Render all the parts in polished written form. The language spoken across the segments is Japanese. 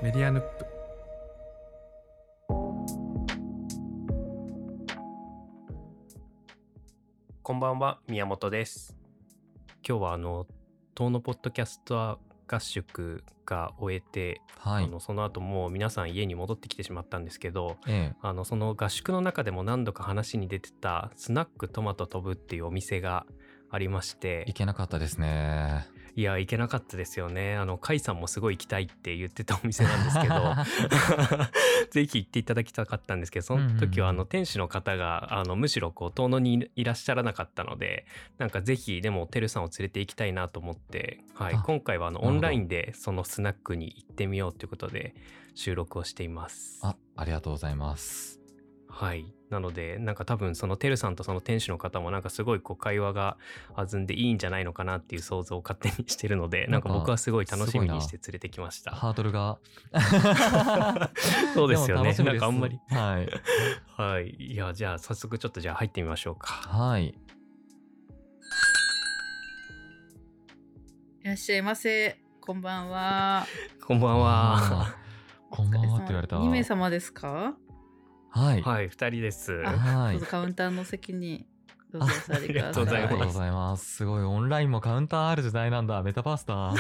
メディアヌップ。 こんばんは、宮本です。今日は遠野ポッドキャスト合宿が終えて、 はい、 その後もう皆さん家に戻ってきてしまったんですけど、 ええ、 その合宿の中でも何度か話に出てたスナックトマト飛ぶっていうお店がありまして、 行けなかったですね。 いや行けなかったですよね。甲斐さんもすごい行きたいって言ってたお店なんですけどぜひ行っていただきたかったんですけど、その時は店主の方がむしろこう遠野にいらっしゃらなかったので、なんかぜひでもてるさんを連れて行きたいなと思って、はい、今回はオンラインでそのスナックに行ってみようということで収録をしています。 ありがとうございます。 はい、なのでなんか多分そのてるさんとその店主の方もなんかすごいこう会話が弾んでいいんじゃないのかなっていう想像を勝手にしてるので、なんか僕はすごい楽しみにして連れてきました。 ハードルがそうですよね。なんかあんまりはいはい、いやじゃあ早速ちょっとじゃあ入ってみましょうか。 はい。 いらっしゃいませ。こんばんは。 こんばんは。 こんばんはって言われた。 2名様ですか？ はいはい、2人です。 はい。 どうぞカウンターの席にどうぞお座りください。 ありありがとうございます。すごいオンラインもカウンターある時代なんだ。メタバースだ。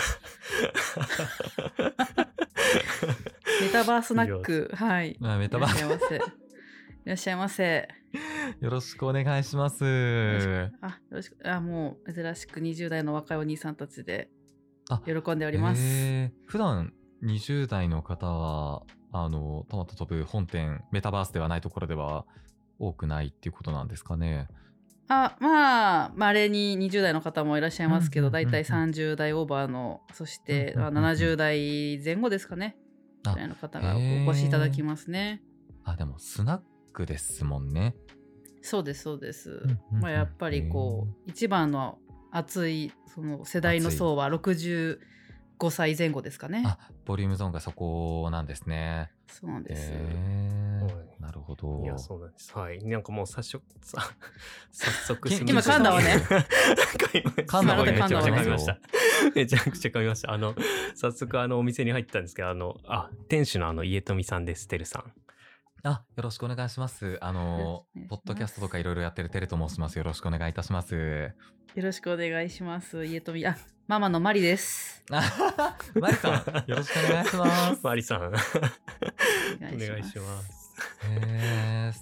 メタバースナック、はい。 メタバース。 いらっしゃいませ。 よろしくお願いします。 よろしく。もう珍しく20代の若いお兄さんたちで喜んでおります。 普段20代の方はトマト飛ぶ本店メタバースではないところでは多くないっていうことなんですかね。 まあ稀に20代の方もいらっしゃいますけど、だいたい30代オーバーの、そして70代前後ですかね、ぐらいの方がお越しいただきますね。 でもスナックですもんね。 そうですそうです。やっぱりこう一番の熱いその世代の層は65歳前後ですかね。 ボリュームゾーンがそこなんですね。 そうなんです。 なるほど。 いやそうなんです。はい。なんかもう早速今噛んだわね。 噛んだわね。 めちゃくちゃ噛みました。めちゃくちゃ噛みました。早速お店に入ったんですけど、店主の家富さんです。てるさん。 よろしくお願いします。ポッドキャストとかいろいろやってるてると申します。よろしくお願いいたします。 よろしくお願いします。家富、ママのマリです。 マリさん、よろしくお願いします。 マリさん、お願いします。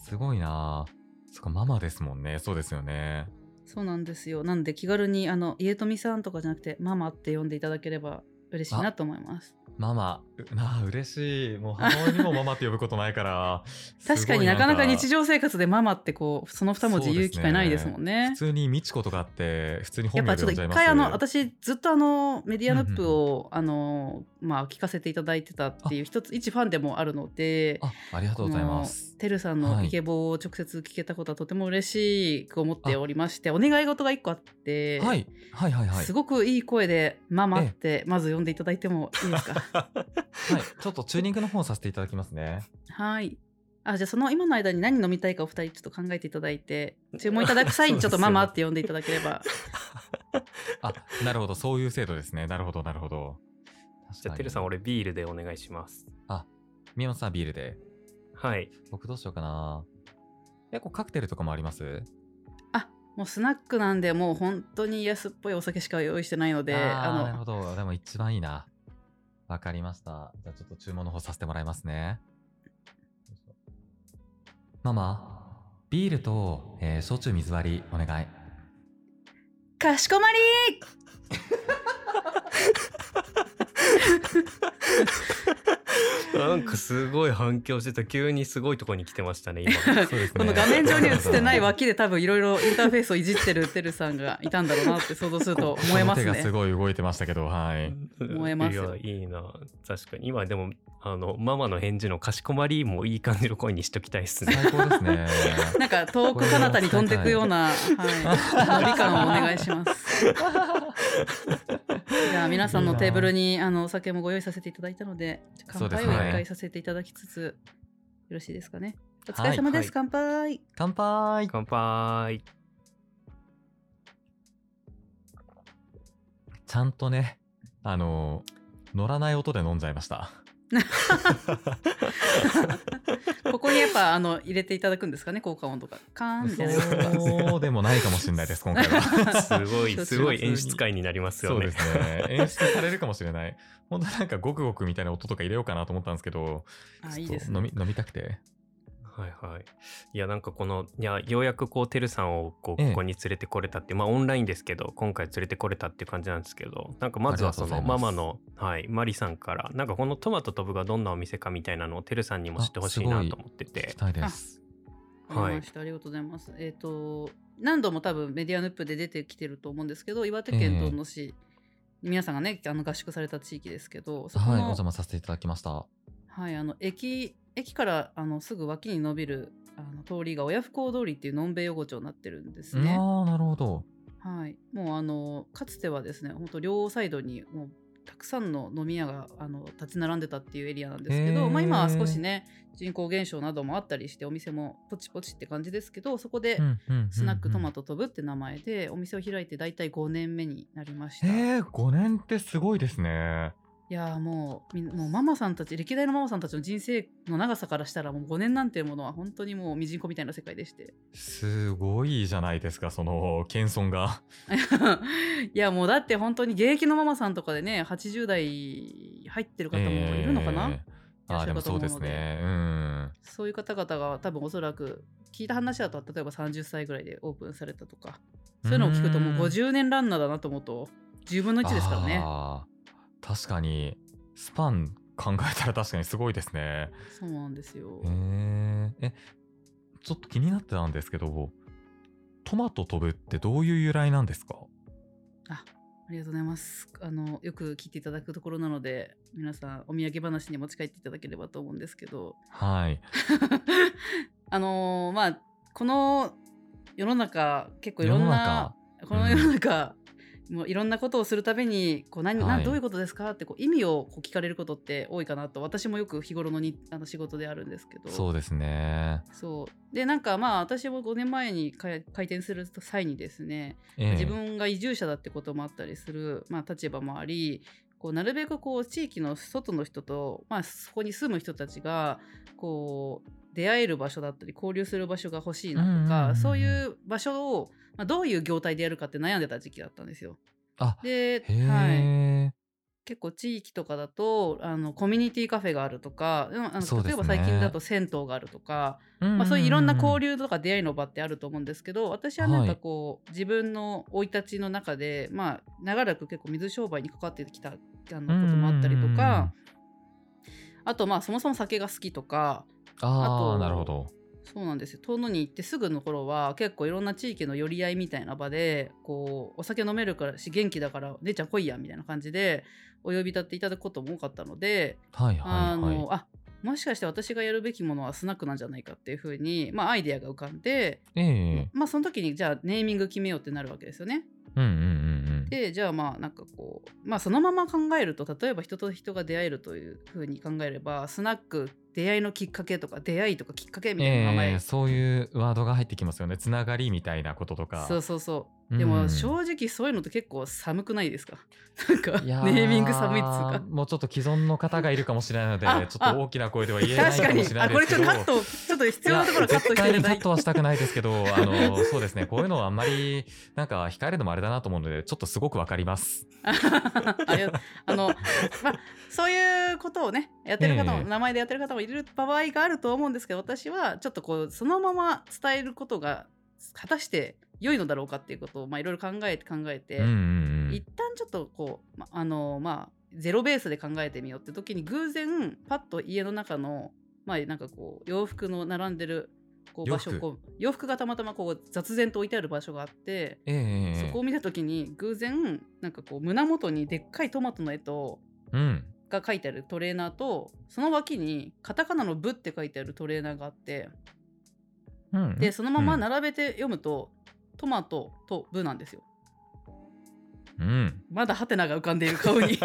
すごいな。そっか、ママですもんね。そうですよね。 そうなんですよ。なんで気軽に家富さんとかじゃなくてママって呼んでいただければ嬉しいなと思います。 ママ、嬉しい。もう母親にもママって呼ぶことないから確かになかなか日常生活でママってこうその2文字言う機会ないですもんね。 普通にミチコとかって普通に本名で呼んじゃいます。 やっぱちょっと一回私ずっとメディアヌップを聞かせていただいてたっていう一ファンでもあるので、 ありがとうございます。 てるさんのイケボを直接聞けたことはとても嬉しく思っておりまして、お願い事が1個あって、すごくいい声でママってまず呼んでいただいてもいいですか？ はい、ちょっとチューニングの方させていただきますね。 はい。じゃあその今の間に何飲みたいかお二人ちょっと考えていただいて、注文いただく際にちょっとママって呼んでいただければ。 なるほど、そういう制度ですね。なるほど。 じゃあてるさん、俺ビールでお願いします。 宮本さんビールで。 はい。 僕どうしようかな。結構カクテルとかもあります？ もうスナックなんでもう本当に安っぽいお酒しか用意してないので。 なるほど。でも一番いいな。わかりました。じゃあちょっと注文の方させてもらいますね。ママ、ビールと、焼酎水割りお願い。 かしこまりなんかすごい反響してた。急にすごいところに来てましたね、今。 そうですね。 この画面上に映ってない脇で多分いろいろインターフェースをいじってるてるさんがいたんだろうなって想像すると思えますね。 手がすごい動いてましたけど、はい。 思えますよ。 いや、いいな。確かに。今でも、ママの返事のかしこまりもいい感じの声にしときたいですね。 最高ですね。 なんか遠く彼方に飛んでいくような、理感をお願いします。じゃあ皆さんのテーブルにお酒もご用意させていただいたので、乾杯を一回させていただきつつ、よろしいですかね。お疲れ様です。乾杯。 乾杯。 乾杯。 ちゃんとね、乗らない音で飲んじゃいました。 ここにやっぱ入れていただくんですかね、効果音とかカーンみたいなやつとか。 そうでもないかもしれないです今回は。 すごい演出会になりますよね。 そうですね。演出されるかもしれない。本当なんかゴクゴクみたいな音とか入れようかなと思ったんですけど、 いいですね。飲みたくて。 はいはい。いやなんかようやくこうてるさんをここに連れてこれたって、まあオンラインですけど今回連れてこれたっていう感じなんですけど、なんかまずはそのママのマリさんからなんかこのトマト飛ぶがどんなお店かみたいなのをてるさんにも知ってほしいなと思ってて。 聞きたいです。 はい。ありがとうございます。何度も多分メディアヌップで出てきてると思うんですけど、岩手県遠野市、皆さんがね合宿された地域ですけど、そこの、 はい、お邪魔させていただきました。 はい、駅からすぐ脇に伸びる通りが親不孝通りっていうのんべい横丁になってるんですね。 ああ、なるほど。 はい、もうかつてはですね、本当両サイドにもうたくさんの飲み屋が立ち並んでたっていうエリアなんですけど、まあ、今は少しね人口減少などもあったりしてお店もポチポチって感じですけど、そこでスナックトマト飛ぶって名前でお店を開いてだいたい5年目になりました。 5年ってすごいですね。 いやもうママさんたち、歴代のママさんたちの人生の長さからしたらもう5年なんていうものは本当にもうミジンコみたいな世界でして、 すごいじゃないですかその謙遜が。 いやもうだって本当に現役のママさんとかでね80代入ってる方もいるのかな、 でもそうですね。 そういう方々が多分おそらく聞いた話だと、例えば30歳ぐらいでオープンされたとか、そういうのを聞くともう50年ランナーだなと思うと10分の1ですからね。 確かにスパン考えたら確かにすごいですね。 そうなんですよ。 ちょっと気になってたんですけど、トマト飛ぶってどういう由来なんですか？ ありがとうございます。よく聞いていただくところなので、皆さんお土産話に持ち帰っていただければと思うんですけど、 はいまあこの世の中結構いろんなこの世の中、もういろんなことをするたびにこうどういうことですかって意味を聞かれることって多いかなと、私もよく日頃の仕事であるんですけど。 そうですね。 そうでなんかまあ私も5年前に開店する際にですね、自分が移住者だってこともあったりする、立場もあり、なるべく地域の外の人と、そこに住む人たちが出会える場所だったり交流する場所が欲しいなとか、そういう場所をどういう業態でやるかって悩んでた時期だったんですよ。で、結構地域とかだとコミュニティカフェがあるとか、例えば最近だと銭湯があるとか、そういういろんな交流とか出会いの場ってあると思うんですけど、私はなんか自分の生い立ちの中で、長らく結構水商売に関わってきたこともあったりとか、あとそもそも酒が好きとか、 なるほど。 そうなんですよ。遠野に行ってすぐの頃は結構いろんな地域の寄り合いみたいな場でお酒飲めるからし元気だから姉ちゃん来いやみたいな感じでお呼び立ていただくことも多かったので、もしかして私がやるべきものはスナックなんじゃないかっていう風に、アイデアが浮かんで、その時にじゃあネーミング決めようってなるわけですよね。でじゃあなんかそのまま考えると、例えば人と人が出会えるという風に考えれば、スナック出会いのきっかけとか出会いとかきっかけみたいな名前、 そういうワードが入ってきますよね。つながりみたいなこととか。 そうでも正直そういうのって結構寒くないですか？なんかネーミング寒いっつうか、 もうちょっと既存の方がいるかもしれないのでちょっと大きな声では言えないかもしれないですけど、 これちょっとカット、ちょっと必要なところカットしていただいて。 絶対にカットはしたくないですけどそうですね、こういうのはあんまりなんか控えるのもあれだなと思うので、ちょっとすごくわかります。 そういうことをねやってる方も、名前でやってる方もいる場合があると思うんですけど、私はちょっとそのまま伝えることが果たして良いのだろうかっていうことをいろいろ考えて、一旦ちょっとゼロベースで考えてみようって時に、偶然パッと家の中のなんか洋服の並んでる場所、洋服がたまたま雑然と置いてある場所があって、そこを見た時に偶然なんか胸元にでっかいトマトの絵と、が書いてあるトレーナーと、その脇にカタカナのブって書いてあるトレーナーがあって、でそのまま並べて読むと、トマトとブなんですよ。まだハテナが浮かんでいる顔に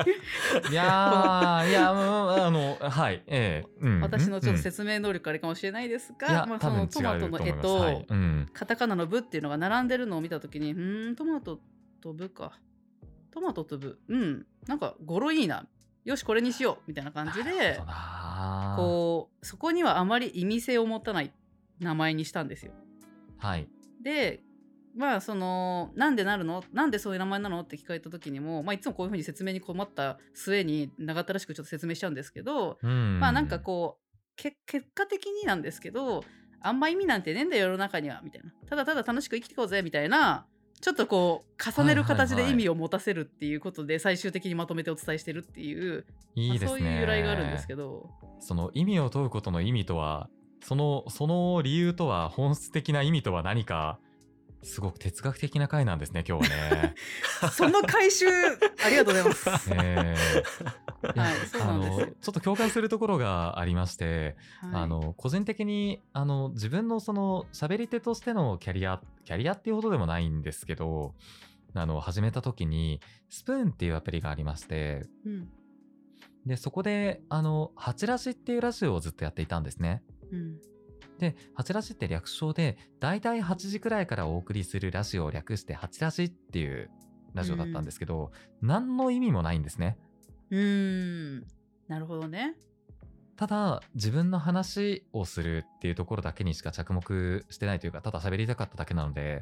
私のちょっと説明能力あれかもしれないですが、そのトマトの絵とカタカナのブっていうのが並んでるのを見たときに、トマトとブか、トマトとブ、なんか語呂いいなよしこれにしようみたいな感じなるでほどな。 こうそこにはあまり意味性を持たない名前にしたんですよ。 はい。 でまあそのなんでなるのなんでそういう名前なのって聞かれた時にも、まあ、いつもこういうふうに説明に困った末に長ったらしくちょっと説明しちゃうんですけど、まあなんかこう結果的になんですけど、あんま意味なんてねえんだよ世の中にはみたいな、ただただ楽しく生きていこうぜみたいな、ちょっとこう重ねる形で意味を持たせるっていうことで最終的にまとめてお伝えしてるっていう、 いいですね。 そういう由来があるんですけど、 その意味を問うことの意味とは、その理由とは、本質的な意味とは何か、すごく哲学的な回なんですね、今日はね。 その回収ありがとうございます。 はい、 そうなんですよ。 ちょっと共感するところがありまして、 はい、 個人的に自分のその喋り手としてのキャリアっていうほどでもないんですけど、始めた時にスプーンっていうアプリがありまして、 うん、 でそこでハチラジっていうラジオをずっとやっていたんですね。 うん、 でハチラジって略称で、だいたい8時くらいからお送りするラジオを略してハチラジっていうラジオだったんですけど、何の意味もないんですね。 なるほどね。 ただ自分の話をするっていうところだけにしか着目してないというか、ただ喋りたかっただけなので、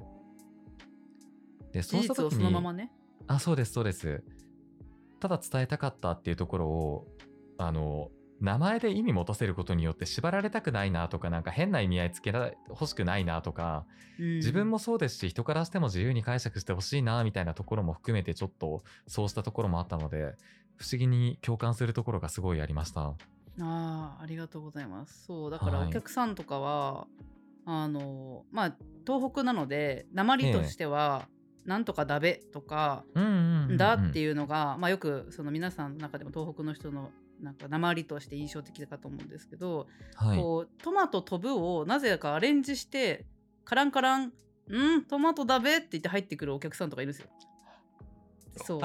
そうした時に事実をそのままね。 そうですそうです。ただ伝えたかったっていうところを名前で意味持たせることによって縛られたくないなとか、なんか変な意味合いつけ欲しくないなとか、自分もそうですし人からしても自由に解釈してほしいなみたいなところも含めて、ちょっとそうしたところもあったので、不思議に共感するところがすごいありました。 ありがとうございます。そうだからお客さんとかは、まあ東北なので訛りとしては、なんとかだべとか、だっていうのが、まあ、よくその皆さんの中でも東北の人のなんか訛りとして印象的かと思うんですけど、こうトマト飛ぶをなぜかアレンジしてカランカラントマトだべって言って入ってくるお客さんとかいるんですよ。そう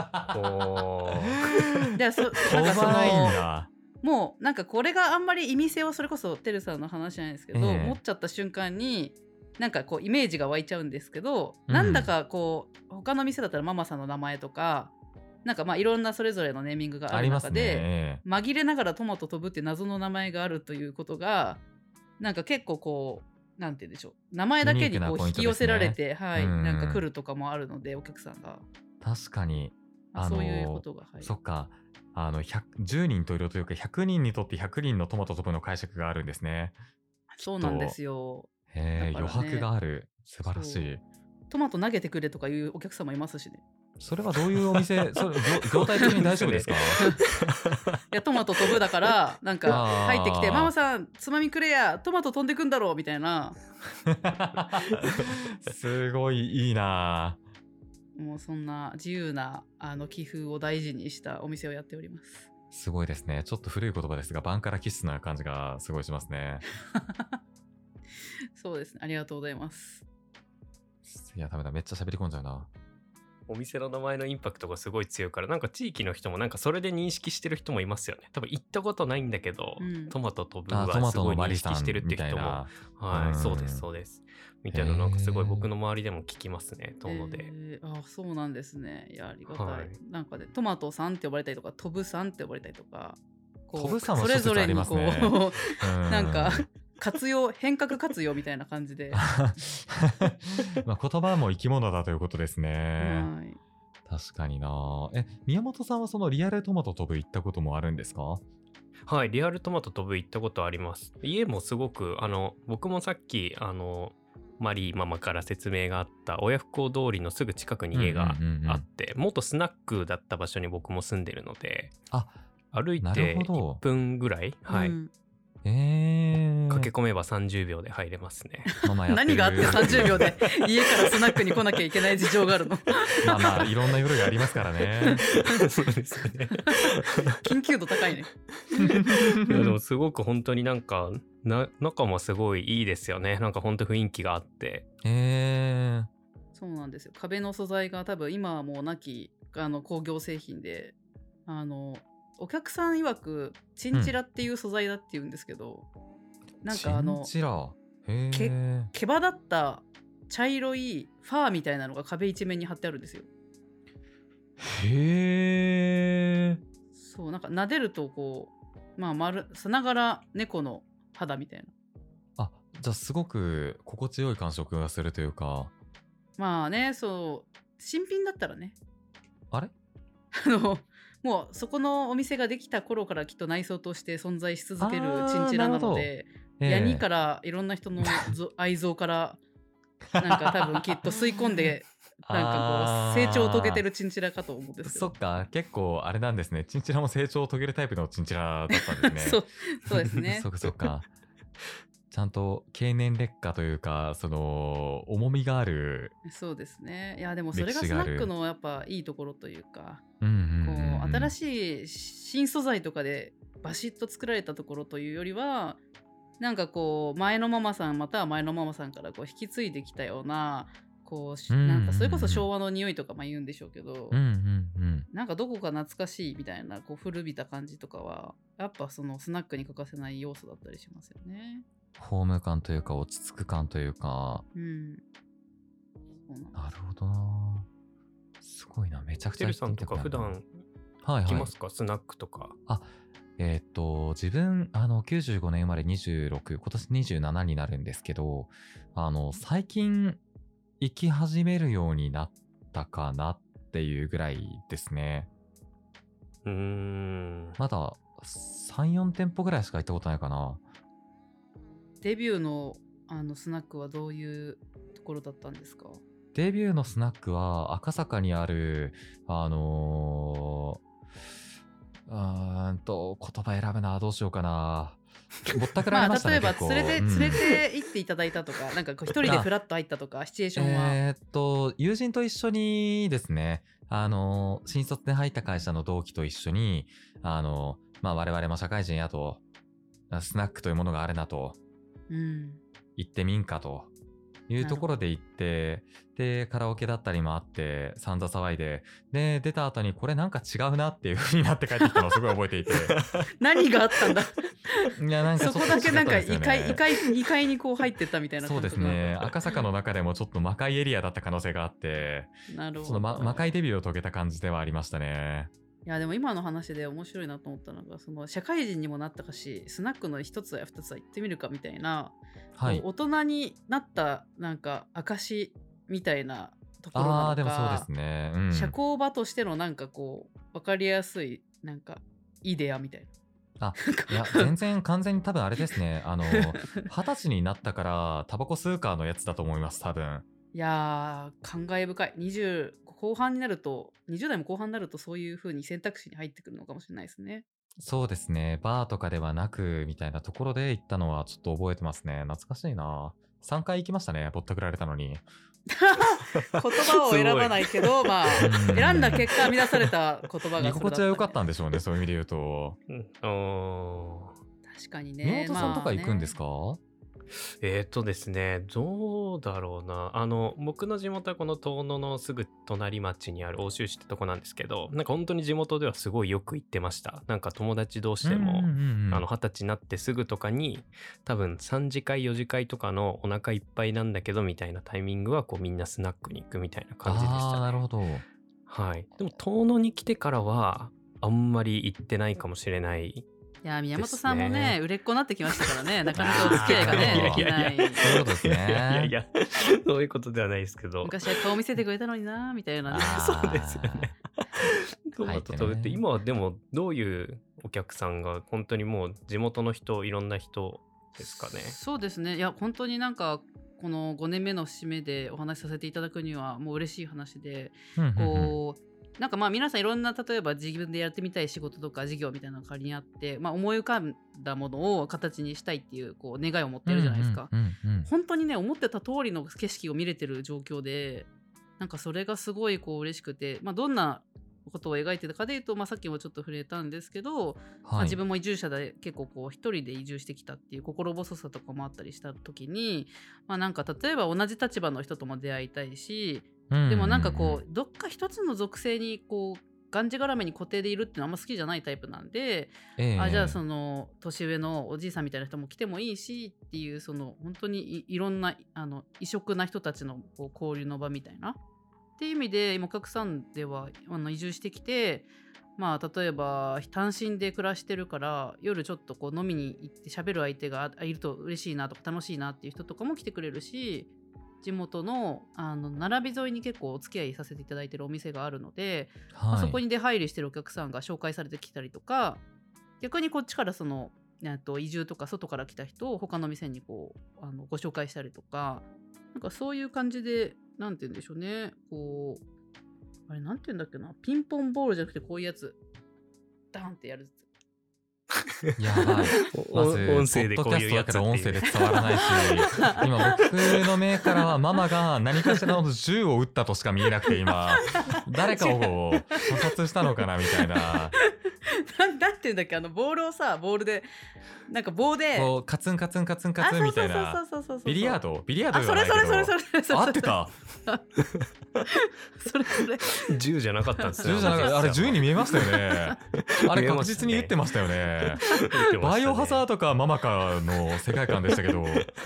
でなんかそのもうなんかこれがあんまり意味性を、それこそてるさんの話じゃないですけど、持っちゃった瞬間になんかこうイメージが湧いちゃうんですけど、なんだかこう他の店だったらママさんの名前とかなんかまあいろんなそれぞれのネーミングがある中で、紛れながらトマト飛ぶって謎の名前があるということが、なんか結構こうなんて言うんでしょう、名前だけにこう引き寄せられて、なんか来るとかもあるので、お客さんが確かにそういうことが、 そっか、10人といるというか100人にとって100人のトマト飛ぶの解釈があるんですね。 そうなんですよ。 余白がある。素晴らしい。 トマト投げてくれとかいうお客様いますしね。 それはどういうお店それ業態的に大丈夫ですか？いやトマト飛ぶだからなんか入ってきてママさんつまみくれや、トマト飛んでくんだろうみたいなすごいいいな。 もうそんな自由な気風を大事にしたお店をやっております。 すごいですね。ちょっと古い言葉ですがバンカラ気質な感じがすごいしますね。 そうですね、ありがとうございます。 いやダメだ、めっちゃ喋り込んじゃうな。 お店の名前のインパクトがすごい強いから、なんか地域の人もなんかそれで認識してる人もいますよね。多分行ったことないんだけど、トマト飛ぶはすごい認識してるっていう人も、そうですそうですみたいな、なんかすごい僕の周りでも聞きますね、遠野で。 そうなんですね。いやありがたい。なんかねトマトさんって呼ばれたりとか、飛ぶさんって呼ばれたりとか、 飛ぶさんの施設ありますね。 それぞれにこうなんか活用、変革活用みたいな感じでまあ言葉も生き物だということですね。確かにな。宮本さんはそのリアルトマト飛ぶ行ったこともあるんですか？ はい、リアルトマト飛ぶ行ったことあります。家もすごく僕もさっきマリーママから説明があった親不孝通りのすぐ近くに家があって、元スナックだった場所に僕も住んでるので、歩いて1分ぐらい、駆け込めば30秒で入れますね。 何があって30秒で家からスナックに来なきゃいけない事情があるの？ まあいろんな夜がありますからね。 そうですね。 緊急度高いね。 いやでもすごく本当になんか中もすごいいいですよね。なんか本当雰囲気があって。 そうなんですよ。壁の素材が多分今はもうなき工業製品で、お客さん曰くチンチラっていう素材だって言うんですけど、なんかチンチラ、 毛羽立った茶色いファーみたいなのが壁一面に貼ってあるんですよ。 へえ。 そうなんか撫でるとこうまあさながら猫の肌みたいな。 あ、じゃあすごく心地よい感触がするというか。 まあね、そう新品だったらねあれもうそこのお店ができた頃からきっと内装として存在し続けるチンチラななるほど。 ので、ヤニからいろんな人の愛憎からなんか多分きっと吸い込んでなんかこう成長を遂げてるチンチラかと思うんですよ。 そっか、結構あれなんですね。チンチラも成長を遂げるタイプのチンチラだったんですね。 そうですね。 そっかそっか。ちゃんと経年劣化というか、その重みがある。 そうですね。いやでもそれがスナックのやっぱいいところというか、こう新しい新素材とかでバシッと作られたところというよりは、なんかこう前のママさんまたは前のママさんからこう引き継いできたようなこうなんかそれこそ昭和の匂いとか言うんでしょうけど、なんかどこか懐かしいみたいなこう古びた感じとかはやっぱそのスナックに欠かせない要素だったりしますよね。 ホーム感というか落ち着く感というか。なるほどな。すごいな、めちゃくちゃ。 てるさんとか普段行きますか、スナックとか。 自分95年生まれ26、今年27になるんですけど、最近行き始めるようになったかなっていうぐらいですね。まだ3、4店舗ぐらいしか行ったことないかな。 デビューのスナックはどういうところだったんですか？ デビューのスナックは赤坂にある言葉選ぶな、どうしようかな。ぼったくられましたね。 例えば連れて行っていただいたとか、なんか一人でフラッと入ったとかシチュエーションは。 友人と一緒にですね、新卒で入った会社の同期と一緒に我々も社会人やとスナックというものがあるなと、行ってみんかというところで行って、でカラオケだったりもあって散々騒いで、で出た後にこれなんか違うなっていう風になって帰ってきたのをすごい覚えていて何があったんだいやなんかそこだけなんか異界にこう入ってったみたいなそうですね。赤坂の中でもちょっと魔界エリアだった可能性があって、 なるほど、 その魔界デビューを遂げた感じではありましたね。 いやでも今の話で面白いなと思ったのが、その社会人にもなったかしスナックの一つや二つは行ってみるかみたいな、大人になったなんか証みたいなところなのか。 でもそうですね、 社交場としてのなんかこう分かりやすいなんかイデアみたいな。 いや全然完全に多分あれですね。20歳になったからタバコ吸うかのやつだと思います多分。 いやー感慨深い。20後半になると、20代も後半になるとそういう風に選択肢に入ってくるのかもしれないですね。 そうですね。バーとかではなくみたいなところで行ったのはちょっと覚えてますね。懐かしいな。3回行きましたね、ぼったくられたのに。 言葉を選ばないけどまあ選んだ結果乱された言葉が居心地は良かったんでしょうね、そういう意味で言うと。 確かにね。 宮本さんとか行くんですか？ ですね、どうだろうな。僕の地元はこの遠野のすぐ隣町にある奥州市ってとこなんですけど、なんか本当に地元ではすごいよく行ってました。なんか友達同士でも、20歳になってすぐとかに、多分3次会4次会とかのお腹いっぱいなんだけどみたいなタイミングはこうみんなスナックに行くみたいな感じでしたね。 なるほど。 はい。でも遠野に来てからはあんまり行ってないかもしれない。 いや宮本さんもね売れっ子になってきましたからね、なかなかお付き合いがねできない。 そういうことですね。 いやそういうことではないですけど、 昔は顔見せてくれたのになみたいなね。 そうですよね。トマト食べて、今はでもどういうお客さんが本当にもう地元の人、いろんな人ですかね。 そうですね。いや本当になんかこの5年目の節目でお話しさせていただくにはもう嬉しい話で、こうなんかまあ皆さんいろんな例えば自分でやってみたい仕事とか事業みたいなのが仮にあって、思い浮かんだものを形にしたいっていうこう願いを持ってるじゃないですか。本当にね思ってた通りの景色を見れてる状況で、なんかそれがすごいこう嬉しくて、どんなことを描いてたかでいうと、さっきもちょっと触れたんですけど、自分も移住者で結構こう一人で移住してきたっていう心細さとかもあったりした時に、なんか例えば同じ立場の人とも出会いたいし、でもなんかこうどっか一つの属性にこうがんじがらめに固定でいるっていうのはあんま好きじゃないタイプなんで、じゃあその年上のおじいさんみたいな人も来てもいいしっていう、その本当にいろんな異色な人たちのこう交流の場みたいなっていう意味で今お客さんでは移住してきて、 まあ例えば単身で暮らしてるから夜ちょっとこう飲みに行って喋る相手がいると嬉しいなとか楽しいなっていう人とかも来てくれるし、地元の並び沿いに結構お付き合いさせていただいてるお店があるので、まあはい。 そこに出入りしてるお客さんが紹介されてきたりとか、逆にこっちからその移住とか外から来た人を他の店にこうご紹介したりとか、なんかそういう感じで、なんて言うんでしょうね、こうあれなんて言うんだっけな、ピンポンボールじゃなくてこういうやつダーンってやるやつ。 やばい。まず、 音声でこういうやつっていうポッドキャストだから音声で伝わらないし、今僕の目からはママが何かしらの銃を撃ったとしか見えなくて、今、誰かを射殺したのかなみたいな。 なんて言うんだっけ、ボールをさ、ボールでなんか棒でこうカツンカツンカツンカツンみたいな。ビリヤードではないけど。 それ合ってた。 それ銃じゃなかったんですよ。 銃じゃなかった。あれ銃に見えましたよね。あれ見えましたね確実に撃ってましたよね。 言ってましたねバイオハザードかママかの世界観でしたけど。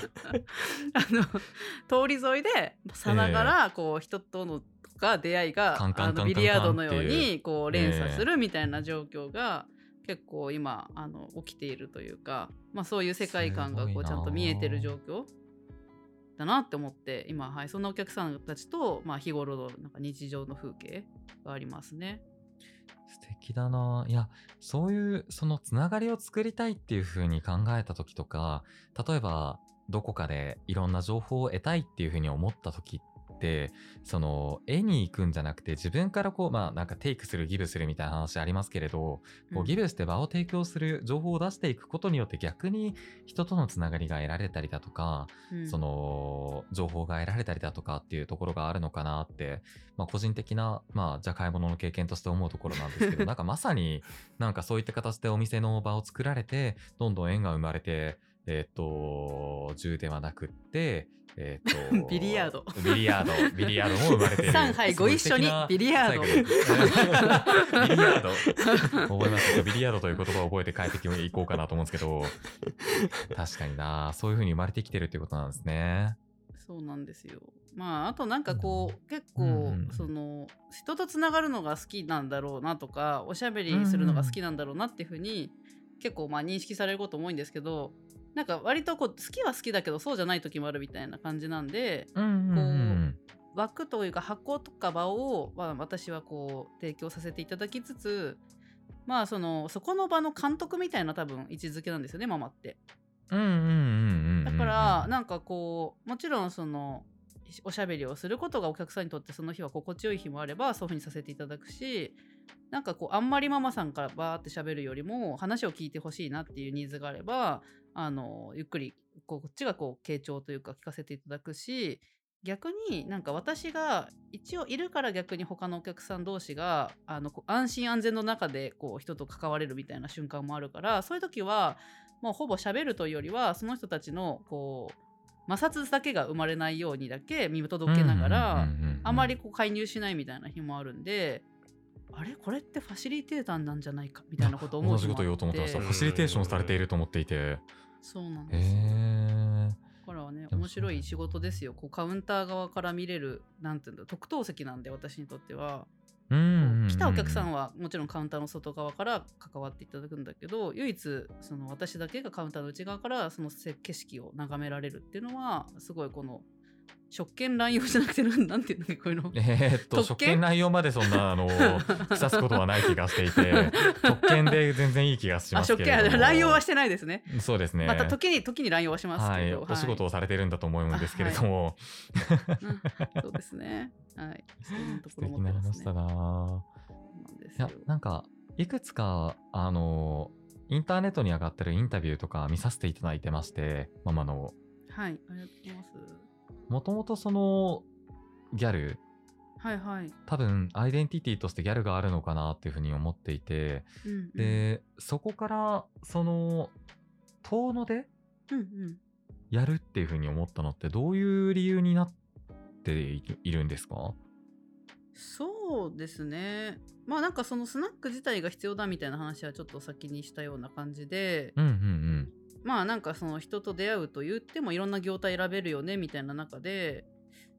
通り沿いでさながらこう人とのか出会いがカンカンカンカンカンビリヤードのようっていにこう連鎖するみたいな状況が結構今起きているというか、まあ、そういう世界観がこうちゃんと見えてる状況だなって思って、今、はい、そんなお客さんたちと、まあ、日頃のなんか日常の風景がありますね。 素敵だな。いや、そういうそのつながりを作りたいっていう風に考えた時とか、例えばどこかでいろんな情報を得たいっていう風に思った時って、その絵に行くんじゃなくて自分からこうまあなんかテイクするギブするみたいな話ありますけれど、こうギブして場を提供する情報を出していくことによって逆に人とのつながりが得られたりだとか、その情報が得られたりだとかっていうところがあるのかなって、まあ、個人的なまあじゃあ買い物の経験として思うところなんですけどなんかまさになんかそういった形でお店の場を作られてどんどん縁が生まれて銃ではなくってビリヤードも生まれてる。 上海ご一緒にビリヤードビリヤード覚えました。ビリヤードという言葉を覚えて帰っていこうかなと思うんですけど、確かにな、そういう風に生まれてきてるっていうことなんですね。 そうなんですよ。まああとなんかこう結構その人とつながるのが好きなんだろうなとか、おしゃべりするのが好きなんだろうなっていうふうに結構まあ認識されることも多いんですけど、なんか割とこう好きは好きだけどそうじゃない時もあるみたいな感じなんで、こう枠というか箱とか場を、まあ、私はこう提供させていただきつつ、まあそこの場の監督みたいな多分位置づけなんですよね、ママって。だからなんかこうもちろんそのおしゃべりをすることがお客さんにとってその日は心地よい日もあればそういう風にさせていただくし、なんかこうあんまりママさんからバーってしゃべるよりも話を聞いてほしいなっていうニーズがあればゆっくりこっちがこう傾聴というか聞かせていただくし、逆になんか私が一応いるから逆に他のお客さん同士が安心安全の中でこう人と関われるみたいな瞬間もあるから、そういう時はもうほぼ喋るというよりはその人たちのこう摩擦だけが生まれないようにだけ見届けながらあまりこう介入しないみたいな日もあるんで、あれこれってファシリテーターなんじゃないかみたいなことを思う。 同じこと言おうと思ってました。ファシリテーションされていると思っていて。 そうなんですよ。だからはね、面白い仕事ですよ。こうカウンター側から見れるなんていうんだ、特等席なんで私にとっては。来たお客さんはもちろんカウンターの外側から関わっていただくんだけど、唯一その私だけがカウンターの内側からその景色を眺められるっていうのはすごいこの職権乱用じゃなくてなんていうんだっけこういうの職権乱用までそんな腐すことはない気がしていて特権で全然いい気がしますけれども。 職権乱用はしてないですね。 そうですね。 また時に乱用はしますけど、 はい、お仕事をされてるんだと思うんですけれども、 そうですね。はい。そういうところ素敵になりましたな。いやなんかいくつかインターネットに上がってるインタビューとか見させていただいてまして、ママの。 はい、ありがとうございます。 もともとそのギャル、 はいはい、 多分アイデンティティとしてギャルがあるのかなっていうふうに思っていて、でそこからその遠野でやるっていうふうに思ったのってどういう理由になっているんですか？ そうですね、まあなんかそのスナック自体が必要だみたいな話はちょっと先にしたような感じで、まあなんかその人と出会うと言ってもいろんな業態選べるよねみたいな中で、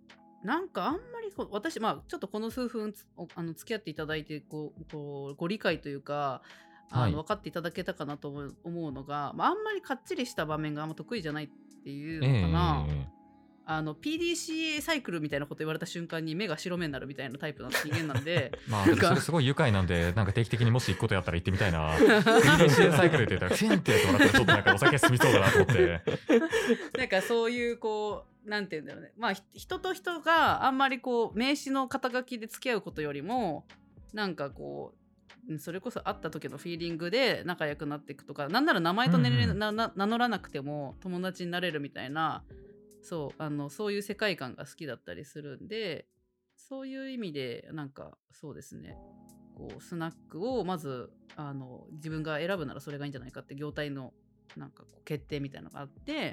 なんかあんまり私、まあちょっとこの数分付き合っていただいてご理解というかはい分かっていただけたかなと思うのが、まあ、あんまりかっちりした場面があんま得意じゃないっていうのかな。PDCA サイクルみたいなこと言われた瞬間に目が白目になるみたいなタイプの人間なんでまあ、それすごい愉快なんで、なんか定期的にもし行くことやったら行ってみたいな。PDCA サイクルって言ったら、フィンってやってもらったら、ちょっとなんかお酒進みそうだなと思って。 なんかそういうなんて言うんだろうね、まあ人と人があんまり名詞の肩書きで付き合うことよりもなんかそれこそ会った時のフィーリングで仲良くなっていくとか、なんなら名前と年齢名乗らなくても友達になれるみたいな、そういう世界観が好きだったりするんで、そういう意味でなんかそうですね、スナックをまず自分が選ぶならそれがいいんじゃないかって業態のなんか決定みたいなのがあって、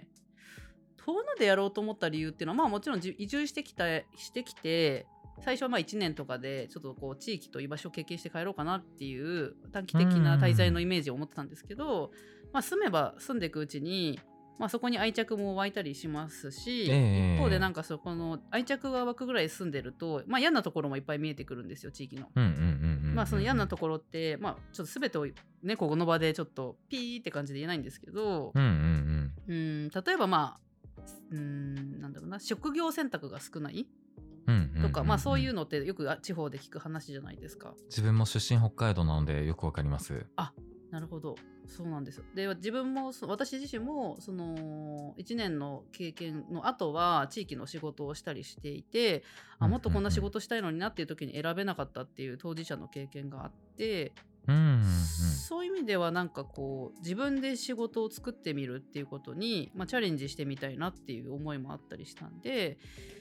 遠野でやろうと思った理由っていうのは、まあもちろん移住してきて最初はまあ1年とかでちょっと地域と居場所を経験して帰ろうかなっていう短期的な滞在のイメージを持ってたんですけど、まあ、住んでいくうちに、まあ、そこに愛着も湧いたりしますし、一方でなんかそこの愛着が湧くぐらい住んでると、まあ、嫌なところもいっぱい見えてくるんですよ、地域の。まあその嫌なところって、まあ、ちょっと全てをねこの場でちょっとピーって感じで言えないんですけど、例えばまあなんだろうな、職業選択が少ないとか、まあそういうのってよく地方で聞く話じゃないですか。 自分も出身北海道なのでよくわかります。 あ、なるほど、そうなんですよ。で私自身もその1年の経験の後は地域の仕事をしたりしていて、もっとこんな仕事したいのになっていう時に選べなかったっていう当事者の経験があって、そういう意味ではなんか自分で仕事を作ってみるっていうことに、まあ、チャレンジしてみたいなっていう思いもあったりしたんで、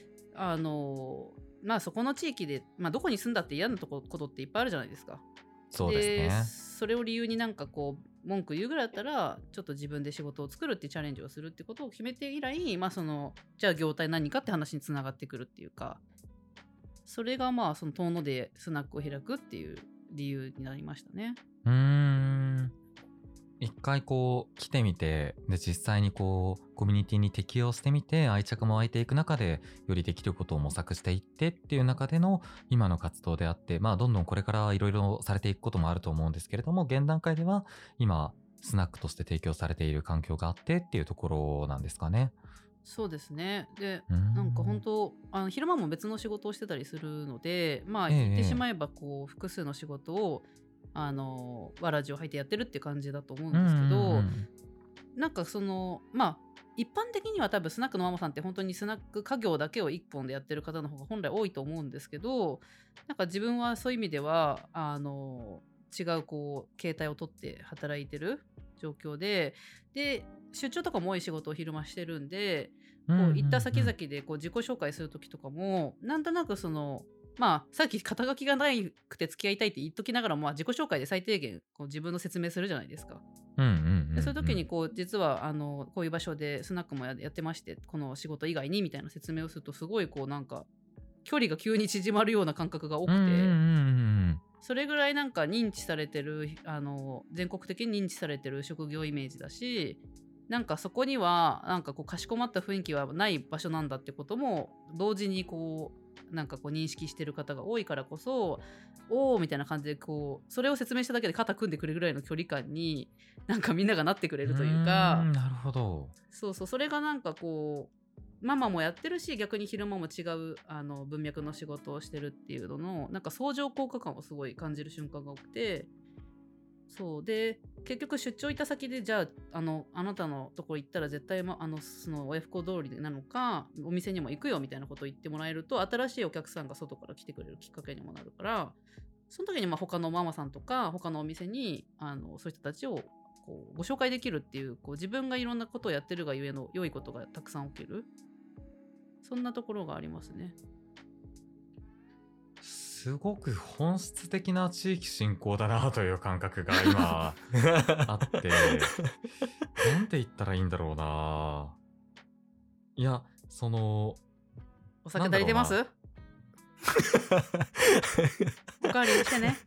まあそこの地域で、まあ、どこに住んだって嫌なことっていっぱいあるじゃないですか。 そうですね。 それを理由になんか文句言うぐらいだったらちょっと自分で仕事を作るっていうチャレンジをするってことを決めて以来、まあじゃあ業態何かって話につながってくるっていうか、それがまあ遠野でスナックを開くっていう理由になりましたね。 一回来てみて、で実際にコミュニティに適応してみて愛着も湧いていく中でよりできることを模索していってっていう中での今の活動であって、まあどんどんこれからいろいろされていくこともあると思うんですけれども、現段階では今スナックとして提供されている環境があってっていうところなんですかね。 そうですね。で、なんか本当昼間も別の仕事をしてたりするので、まあ言ってしまえば複数の仕事をわらじを履いてやってるって感じだと思うんですけど、なんかまあ一般的には多分スナックのママさんって本当にスナック家業だけを一本でやってる方の方が本来多いと思うんですけど、なんか自分はそういう意味では違う形態をとって働いてる状況で出張とかも多い仕事を昼間してるんで、行った先々で自己紹介する時とかもなんとなくまあさっき肩書きがなくて付き合いたいって言っときながらも、自己紹介で最低限自分の説明するじゃないですか。でそういう時に実はこういう場所でスナックもやってまして、この仕事以外にみたいな説明をするとすごいなんか距離が急に縮まるような感覚が多くて、それぐらいなんか認知されてる全国的に認知されてる職業イメージだし、なんかそこにはなんかかしこまった雰囲気はない場所なんだってことも同時になんか認識してる方が多いからこそ、おーみたいな感じでそれを説明しただけで肩組んでくれるぐらいの距離感になんかみんながなってくれるというか。 なるほど。 そうそれがなんかママもやってるし、逆に昼間も違う文脈の仕事をしてるっていうののなんか相乗効果感をすごい感じる瞬間が多くて、そうで結局出張行った先でじゃああなたのところ行ったら絶対、その親不孝通りなのかお店にも行くよみたいなことを言ってもらえると、新しいお客さんが外から来てくれるきっかけにもなるから、その時に他のママさんとか他のお店にそういう人たちをご紹介できるっていう自分がいろんなことをやってるがゆえの良いことがたくさん起きる、そんなところがありますね。 すごく本質的な地域振興だなという感覚が今あってなんて言ったらいいんだろうな。いやお酒足りてます？おかわりしてね。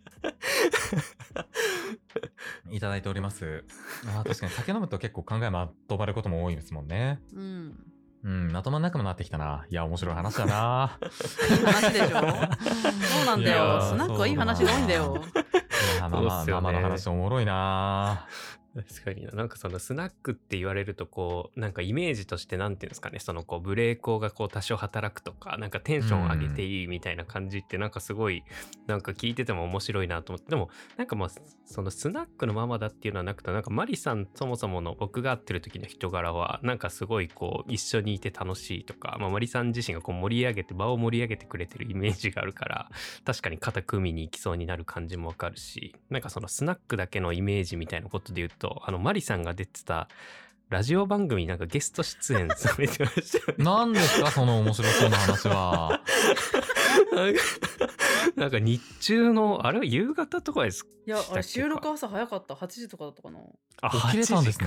いただいております。確かに酒飲むと結構考えまとまることも多いですもんね。 うん、頭の中もなってきたな。いや、面白い話だな。 いい話でしょ。そうなんだよ。スナックはいい話が多いんだよ。 いや、ママの話おもろいな。 確かにな。なんかそのスナックって言われるとこうなんかイメージとしてなんていうんですかね、そのこうブレーコーがこう多少働くとかなんかテンション上げていいみたいな感じってなんかすごいなんか聞いてても面白いなと思って、でもなんかまあそのスナックのママだっていうのはなくて、なんかマリさんそもそもの僕が会ってる時の人柄はなんかすごいこう一緒にいて楽しいとか、まあ、マリさん自身がこう盛り上げて場を盛り上げてくれてるイメージがあるから、確かに肩組みに行きそうになる感じもわかるし、なんかそのスナックだけのイメージみたいなことで言うと、マリさんが出てたラジオ番組なんかゲスト出演されてましたよね。 何ですかその面白そうな話は。 なんか日中のあれは夕方とかですか？ いや、あれ収録朝早かった。8時とかだったかな。 起きれたんですね。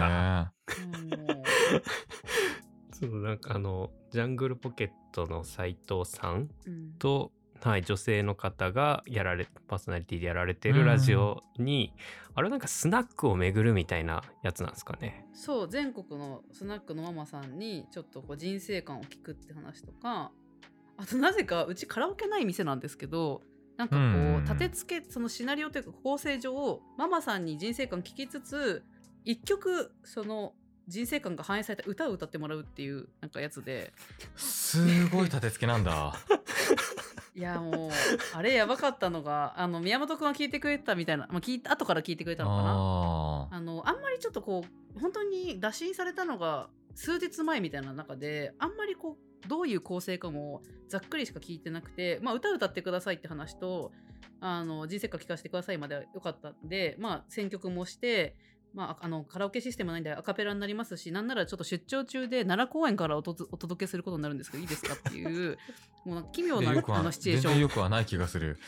そうなんかジャングルポケットの斉藤さんと、はい、女性の方がパーソナリティでやられてるラジオに、あれなんかスナックを巡るみたいなやつなんですかね。 そう、全国のスナックのママさんにちょっとこう人生観を聞くって話とか、あとなぜかうちカラオケない店なんですけど、なんかこう立て付けそのシナリオというか構成上ママさんに人生観聞きつつ一曲その人生観が反映された歌を歌ってもらうっていうなんかやつで、 すごい立て付けなんだ。 いやもうあれやばかったのが宮本くんが聞いてくれたみたいな、まあ、後から聞いてくれたのかな。あんまりちょっとこう本当に打診されたのが数日前みたいな中で、あんまりこうどういう構成かもざっくりしか聞いてなくて、まあ、歌ってくださいって話と人生観聞かせてくださいまではよかったんで、まあ、選曲もして、まあ、カラオケシステムないんでアカペラになりますし、なんならちょっと出張中で奈良公園からお届けすることになるんですけどいいですかっていうもうなんか奇妙なシチュエーション、 全然よくはない気がする、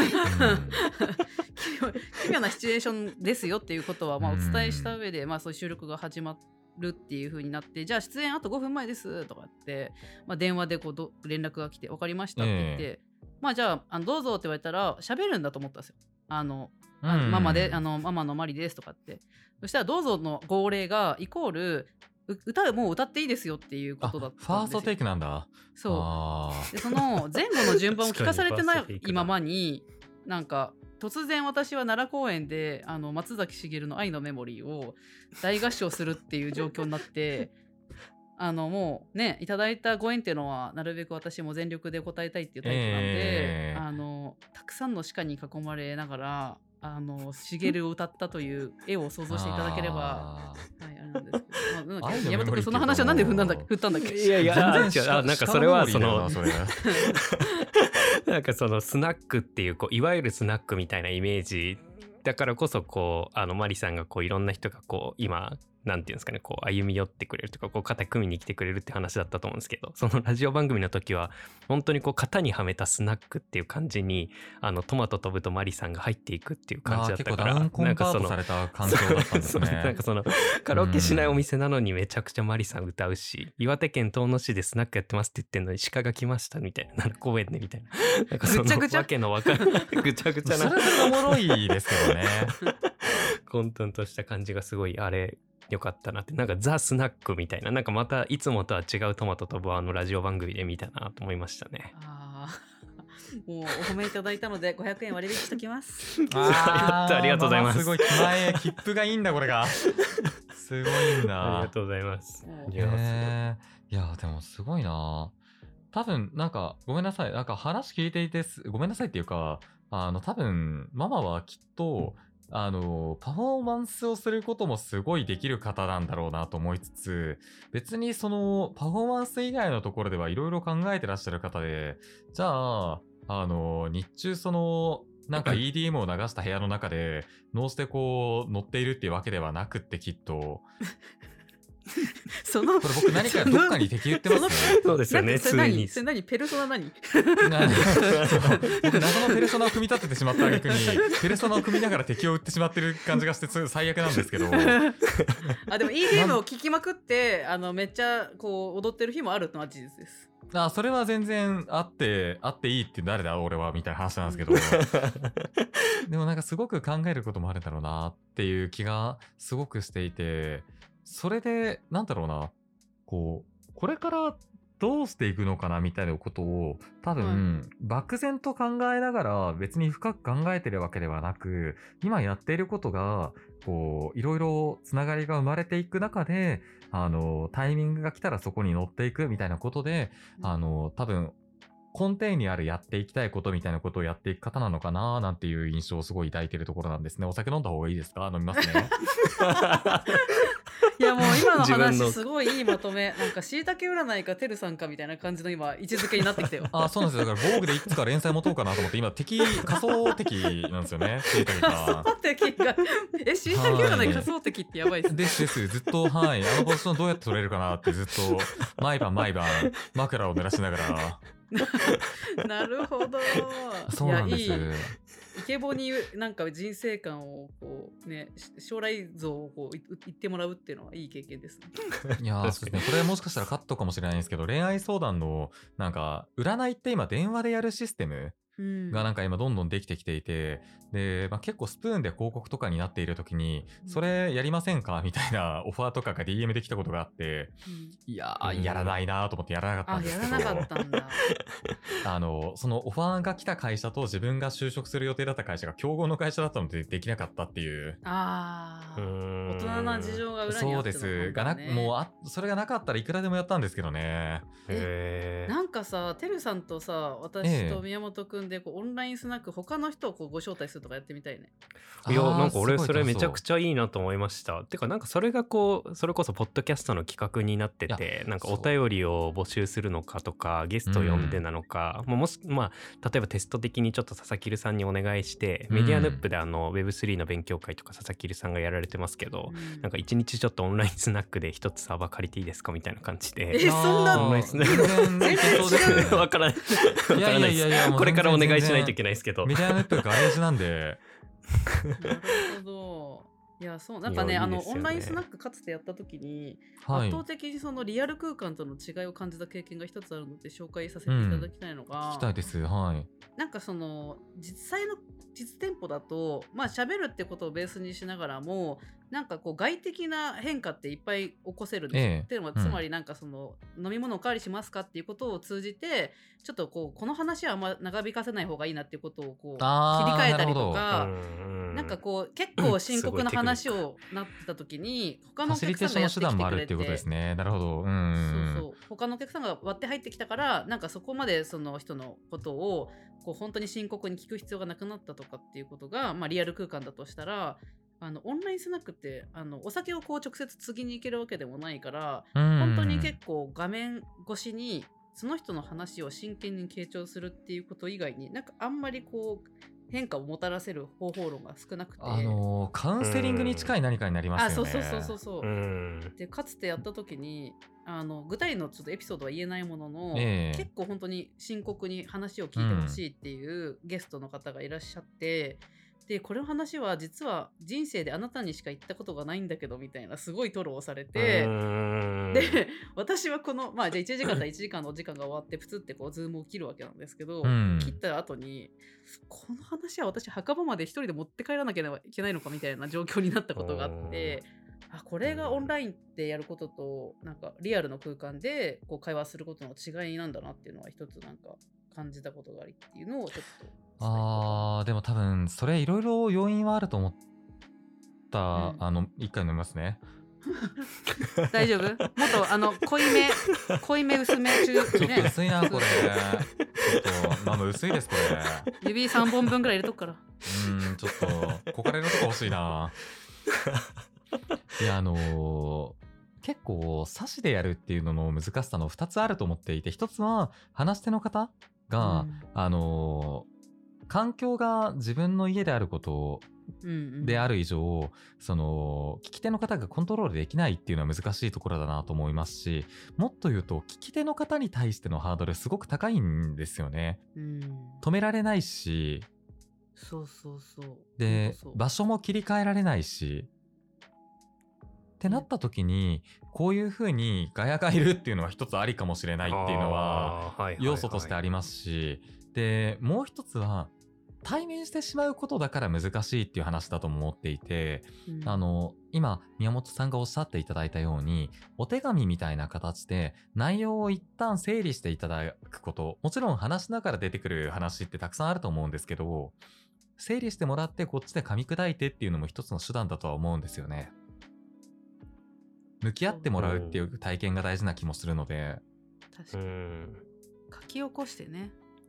奇妙なシチュエーションですよっていうことはまあお伝えした上で、まあ、そういう収録が始まるっていう風になって、じゃあ出演あと5分前ですとかって、まあ、電話でこう連絡が来て分かりましたって言って、まあじゃあどうぞって言われたら喋るんだと思ったんですよ。ママでママのマリですとかって、そしたらどうぞの号令がイコールもう歌っていいですよっていうことだったんですよ。 ファーストテイクなんだ。 そうでその前後の順番を聞かされてないままになんか突然私は奈良公園で松崎しげるの愛のメモリーを大合唱するっていう状況になってもうねいただいたご縁っていうのはなるべく私も全力で答えたいっていうタイプなんで、たくさんの鹿に囲まれながらしげるを歌ったという絵を想像していただければ、はい、あれなんですけど、宮本君その話はなんで振ったんだっけ。 いやなんかそれはそのなんかそのスナックっていういわゆるスナックみたいなイメージだからこそこうマリさんがこういろんな人がこう今なんていうんですかね、こう歩み寄ってくれるとかこう肩組みに来てくれるって話だったと思うんですけど、そのラジオ番組の時は本当にこう型にはめたスナックっていう感じにトマト飛ぶとマリさんが入っていくっていう感じだったから、 結構ダウンコンパートされた環境だったんですね。 なんかそのカラオケしないお店なのにめちゃくちゃマリさん歌うし、岩手県遠野市でスナックやってますって言ってんのに鹿が来ましたみたいな、奈良公園でみたいな、なんかそのわけのわかるぐちゃぐちゃなそれおもろいですけどね。 混沌とした感じがすごいあれよかったなって、なんかザ・スナックみたいな、なんかまたいつもとは違うトマト飛ぶラジオ番組で見たなと思いましたね。 もうお褒めいただいたので500円割引しときます。 ありがとうございます。 すごい切符がいいんだこれが。すごいんだ。 ありがとうございます。 いやでもすごいな。多分なんかごめんなさい、なんか話聞いていてごめんなさいっていうか多分ママはきっとパフォーマンスをすることもすごいできる方なんだろうなと思いつつ、別にそのパフォーマンス以外のところではいろいろ考えてらっしゃる方で、じゃあ日中そのなんか EDM を流した部屋の中でノースでこう乗っているっていうわけではなくって、きっとこれ僕何かどっかに敵言ってますね。 そうですよね。 それ何ペルソナ何僕謎のペルソナを組み立ててしまった挙句にペルソナを組みながら敵を撃ってしまってる感じがして最悪なんですけど。 でも EDM を聴きまくってめっちゃこう踊ってる日もあるのは事実です。 それは全然あっていいって誰だ俺はみたいな話なんですけどでもなんかすごく考えることもあるんだろうなっていう気がすごくしていて、それでなんだろうな、こうこれからどうしていくのかなみたいなことを多分、漠然と考えながら別に深く考えてるわけではなく、今やっていることがこういろいろつながりが生まれていく中で、タイミングが来たらそこに乗っていくみたいなことで、多分根底にあるやっていきたいことみたいなことをやっていく方なのかななんていう印象をすごい抱いてるところなんですね。お酒飲んだ方がいいですか？飲みますね。 いやもう今の自分の話すごいいいまとめ。なんかしいたけ占いかてるさんかみたいな感じの今位置づけになってきたよ。 あ、そうなんですよ。だから、防具でいくつか連載持とうかなと思って、今、仮想敵なんですよね。しいたけ仮が。 想敵がしいたけ占い仮想敵ってやばいっすね。 です。ずっと、はい。ポジションどうやって取れるかなってずっと、毎晩、枕を濡らしながら。 なるほど。 そうなんです。 いやいいイケボになんか人生観をこうね、将来像をこう言ってもらうっていうのはいい経験ですね。 いやー、そうですね。これもしかしたらカットかもしれないんですけど、恋愛相談の、なんか、占いって今電話でやるシステムがなんか今どんどんできてきていて、で、結構スプーンで広告とかになっている時に、それやりませんかみたいなオファーとかが DM できたことがあって、いやー、やらないなーと思ってやらなかったんですけど、 やらなかったんだ。 そのオファーが来た会社と自分が就職する予定だった会社が競合の会社だったのでできなかったっていう。 大人な事情が裏にあそうってですのなんだね。 もうそれがなかったらいくらでもやったんですけどね。 なんかさ、てるさんとさ、私と宮本くんでこうオンラインスナック他の人をこうご招待するとかやってみたいね。 いやなんか俺それめちゃくちゃいいなと思いました。てかなんかそれがこうそれこそポッドキャストの企画になってて、なんかお便りを募集するのかとかゲスト呼んでなのか、もしまあ例えばテスト的にちょっと佐々木さんにお願いして、メディアヌップでWeb3 の勉強会とか佐々木さんがやられてますけど、なんか一日ちょっとオンラインスナックで一つサーバー借りていいですかみたいな感じで。 そんなオンラインスナックわからないいやこれからお願いしないといけないですけど、 メディアヌップガレージなんで。 なるほど。いやそうなんかね、オンラインスナックかつてやった時に、圧倒的にそのリアル空間との違いを感じた経験が一つあるので紹介させていただきたいのが、 聞きたいです。はい。 なんかその実際の実店舗だと喋るってことをベースにしながらもなんかこう外的な変化っていっぱい起こせるんですよ、っていうのはつまりなんかその飲み物おかわりしますかっていうことを通じてちょっとこの話はあんま長引かせない方がいいなっていうことをこう切り替えたりとか、なんかこう結構深刻な話をなってた時に他のお客さんがやってきてくれて、ファシリテーションの手段もあるっていうことですね。なるほど。そう他のお客さんが割って入ってきたからなんかそこまでその人のことをこう本当に深刻に聞く必要がなくなったとかっていうことが、リアル空間だとしたらオンラインスナックってお酒をこう直接継ぎに行けるわけでもないから、本当に結構画面越しにその人の話を真剣に傾聴するっていうこと以外になんかあんまりこう変化をもたらせる方法論が少なくて、 カウンセリングに近い何かになりますよね。 そうでかつてやった時に具体のちょっとエピソードは言えないものの、結構本当に深刻に話を聞いてほしいっていうゲストの方がいらっしゃって、でこれの話は実は人生であなたにしか言ったことがないんだけどみたいなすごい吐露をされて、で私はこのじゃあ1時間から1時間のお時間が終わってプツってこうズームを切るわけなんですけど、切った後にこの話は私墓場まで一人で持って帰らなきゃいけないのかみたいな状況になったことがあって、これがオンラインでやることとなんかリアルの空間でこう会話することの違いなんだなっていうのは一つなんか感じたことがありっていうのをちょっとでも多分それいろいろ要因はあると思った、一回飲みますね。 大丈夫？もっと濃いめ薄め中、 ちょっと薄いなこれ。ちょっと薄いですこれ。 指3本分ぐらい入れとくから。 ちょっとこかれるとこ欲しいな。いや結構差しでやるっていうのの難しさの2つあると思っていて、1つは話し手の方が、環境が自分の家であることである以上、その聞き手の方がコントロールできないっていうのは難しいところだなと思いますし、もっと言うと聞き手の方に対してのハードルすごく高いんですよね。止められないし、で場所も切り替えられないしってなった時に、こういう風にガヤがいるっていうのは一つありかもしれないっていうのは要素としてありますし、でもう一つは対面してしまうことだから難しいっていう話だと思っていて、今宮本さんがおっしゃっていただいたように、お手紙みたいな形で内容を一旦整理していただくこと、もちろん話しながら出てくる話ってたくさんあると思うんですけど、整理してもらってこっちで噛み砕いてっていうのも一つの手段だとは思うんですよね。向き合ってもらうっていう体験が大事な気もするので。 確かに書き起こしてね。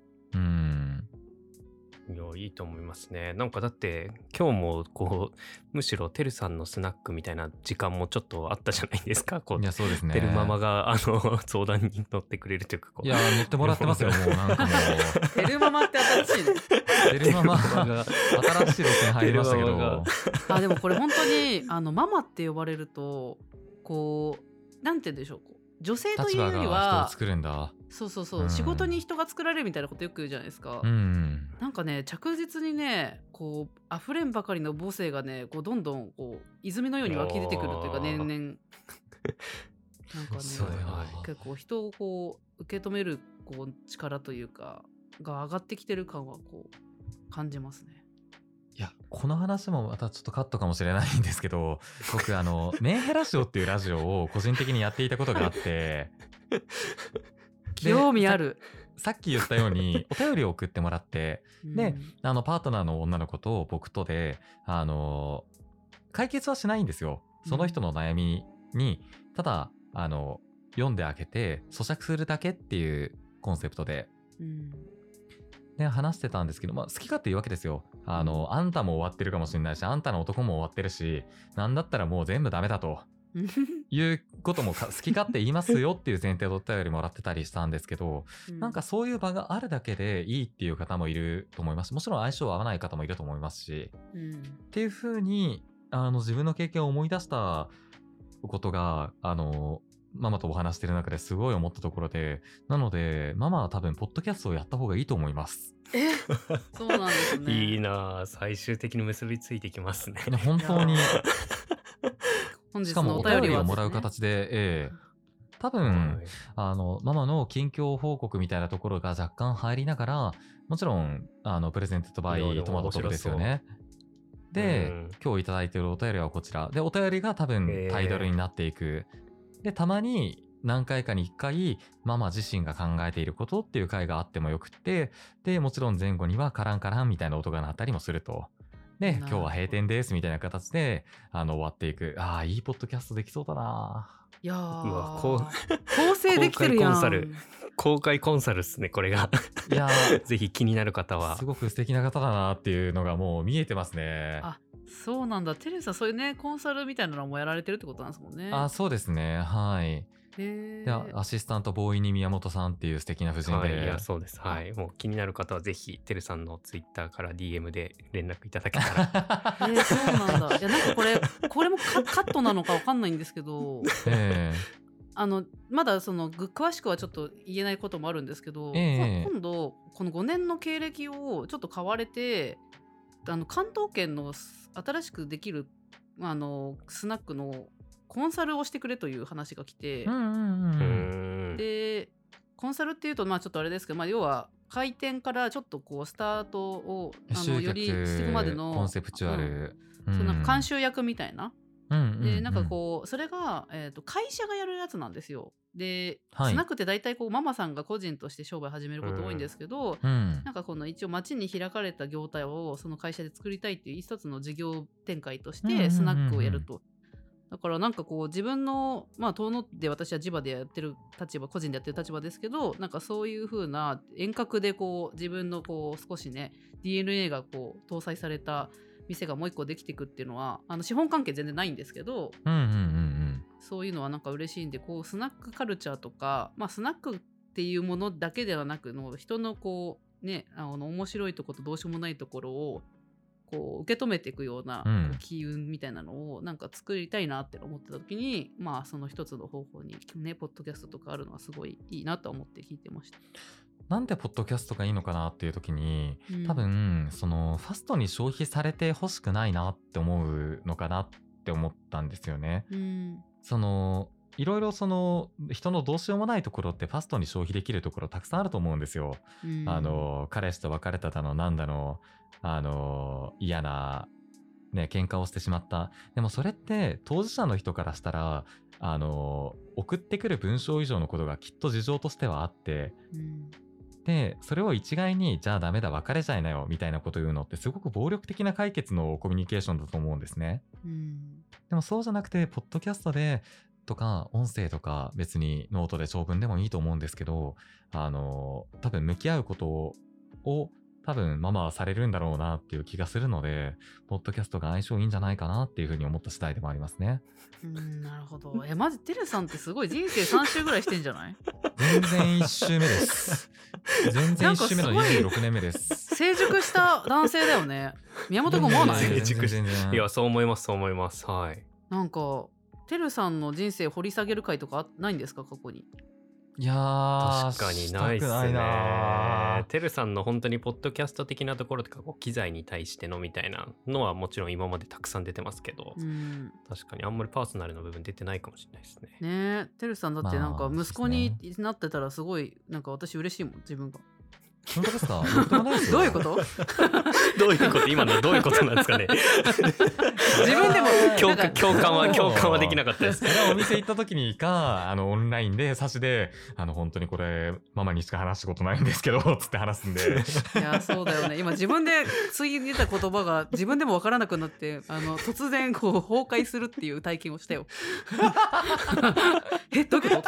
いや、いいと思いますね。なんかだって今日もこうむしろてるさんのスナックみたいな時間もちょっとあったじゃないですか。こういや、そうですね。 てるママが相談に乗ってくれるというか、 いや、乗ってもらってますよ。もうなんかもうてるママって新しいね。 てるママが新しい路線入りましたけど。 でもこれ本当にママって呼ばれるとこうなんて言うんでしょう、女性というより立場が人はを作るんだ。 そう、仕事に人が作られるみたいなことよく言うじゃないですか。なんかね、着実にね、こう溢れんばかりの母性がね、こうどんどんこう泉のように湧き出てくるというか、年々なんかね、結構人をこう受け止めるこう力というかが上がってきてる感はこう感じますね。 いや、この話もまたちょっとカットかもしれないんですけど、僕メンヘラシオっていうラジオを個人的にやっていたことがあって興味ある。 さっき言ったようにお便りを送ってもらって、でパートナーの女の子と僕とで解決はしないんですよ。その人の悩みにただ読んであげて咀嚼するだけっていうコンセプトで、で話してたんですけど、好き勝手言うわけですよ。あんたも終わってるかもしれないし、あんたの男も終わってるし、なんだったらもう全部ダメだということも好き勝手言いますよっていう前提でお便りもらってたりしたんですけど、なんかそういう場があるだけでいいっていう方もいると思いますし、もちろん相性合わない方もいると思いますし、っていう風に自分の経験を思い出したことがママとお話してる中ですごい思ったところで、なのでママは多分ポッドキャストをやった方がいいと思います。 そうなんですね。 いいな、最終的に結びついてきますね。 本当にしかもお便りをもらう形で、多分、ママの近況報告みたいなところが若干入りながら、もちろんプレゼントバイトマトトルですよね。で、今日いただいているお便りはこちらで、お便りが多分タイトルになっていく。で、たまに何回かに1回ママ自身が考えていることっていう回があってもよくって、でもちろん前後にはカランカランみたいな音が鳴ったりもすると。で、今日は閉店ですみたいな形で終わっていく。いいポッドキャストできそうだな。 いやー、 構成できてるやん。 公開コンサルっすね、これが。いやぜひ気になる方は。 すごく素敵な方だなっていうのがもう見えてますね。 そうなんだ。テレサそういうねコンサルみたいなのもやられてるってことなんですもんね。 そうですね、はい。でアシスタントボーイに宮本さんっていう素敵な夫人で、 いやそうです、はい。もう気になる方はぜひてるさんのツイッターから DM で連絡いただけたら。 そうなんだ。いやなんかこれもカットなのかわかんないんですけど、まだ詳しくはちょっと言えないこともあるんですけど、今度この5年の経歴をちょっと買われて、関東圏の新しくできるスナックのコンサルをしてくれという話が来て、でコンサルっていうとちょっとあれですけど、要は開店からちょっとこうスタートをよりしていくまでのコンセプチュアル、 なんか監修役みたいな、でなんかこうそれが、会社がやるやつなんですよ。で、スナックって大体こうママさんが個人として商売始めること多いんですけど、なんかこの一応街に開かれた業態をその会社で作りたいっていう一つの事業展開としてスナックをやると。だからなんかこう自分の遠野で私は地場でやってる立場、個人でやってる立場ですけど、なんかそういう風な遠隔でこう自分のこう少しね DNA がこう搭載された店がもう一個できていくっていうのは資本関係全然ないんですけど、そういうのはなんか嬉しいんで、こうスナックカルチャーとか、スナックっていうものだけではなくの人のこうね面白いところとどうしようもないところをこう受け止めていくような機運みたいなのをなんか作りたいなって思ってた時に、その一つの方法にねポッドキャストとかあるのはすごいいいなと思って聞いてました。 なんでポッドキャストがいいのかなっていう時に、多分ファストに消費されてほしくないなって思うのかなって思ったんですよね。 いろいろその人のどうしようもないところってファストに消費できるところたくさんあると思うんですよ。彼氏と別れただのなんだの嫌なね喧嘩をしてしまった。でもそれって当事者の人からしたら送ってくる文章以上のことがきっと事情としてはあって、でそれを一概にじゃあダメだ別れちゃいなよみたいなことを言うのってすごく暴力的な解決のコミュニケーションだと思うんですね。でもそうじゃなくてポッドキャストでとか音声とか別にノートで長文でもいいと思うんですけど、多分向き合うことを多分ママはされるんだろうなっていう気がするので、ポッドキャストが相性いいんじゃないかなっていうふうに思った次第でもありますね。 なるほど。マジテルさんってすごい人生3周ぐらいしてんじゃない？ 全然1周目です。全然1周目の26年目です。 成熟した男性だよね。宮本君思わない？ 成熟全然いやそう思いますそう思います。はい。 なんかテルさんの人生掘り下げる回とかないんですか過去に？ いやー確かにないっすしたくないなね。てるさんの本当にポッドキャスト的なところとかこう機材に対してのみたいなのはもちろん今までたくさん出てますけど、確かにあんまりパーソナルの部分出てないかもしれないですね。 ねえ、てるさんだってなんか息子になってたらすごいなんか私嬉しいもん自分が。 本当ですか？どうないですよ。 どういうこと？ どういうこと？今のどういうことなんですかね。 自分でも共感はできなかったです。 お店行った時にかオンラインで差しで本当にこれママにしか話したことないんですけどつって話すんで。 いやそうだよね。今自分で次出た言葉が自分でも分からなくなって突然こう崩壊するっていう体験をしたよ。どういうこと？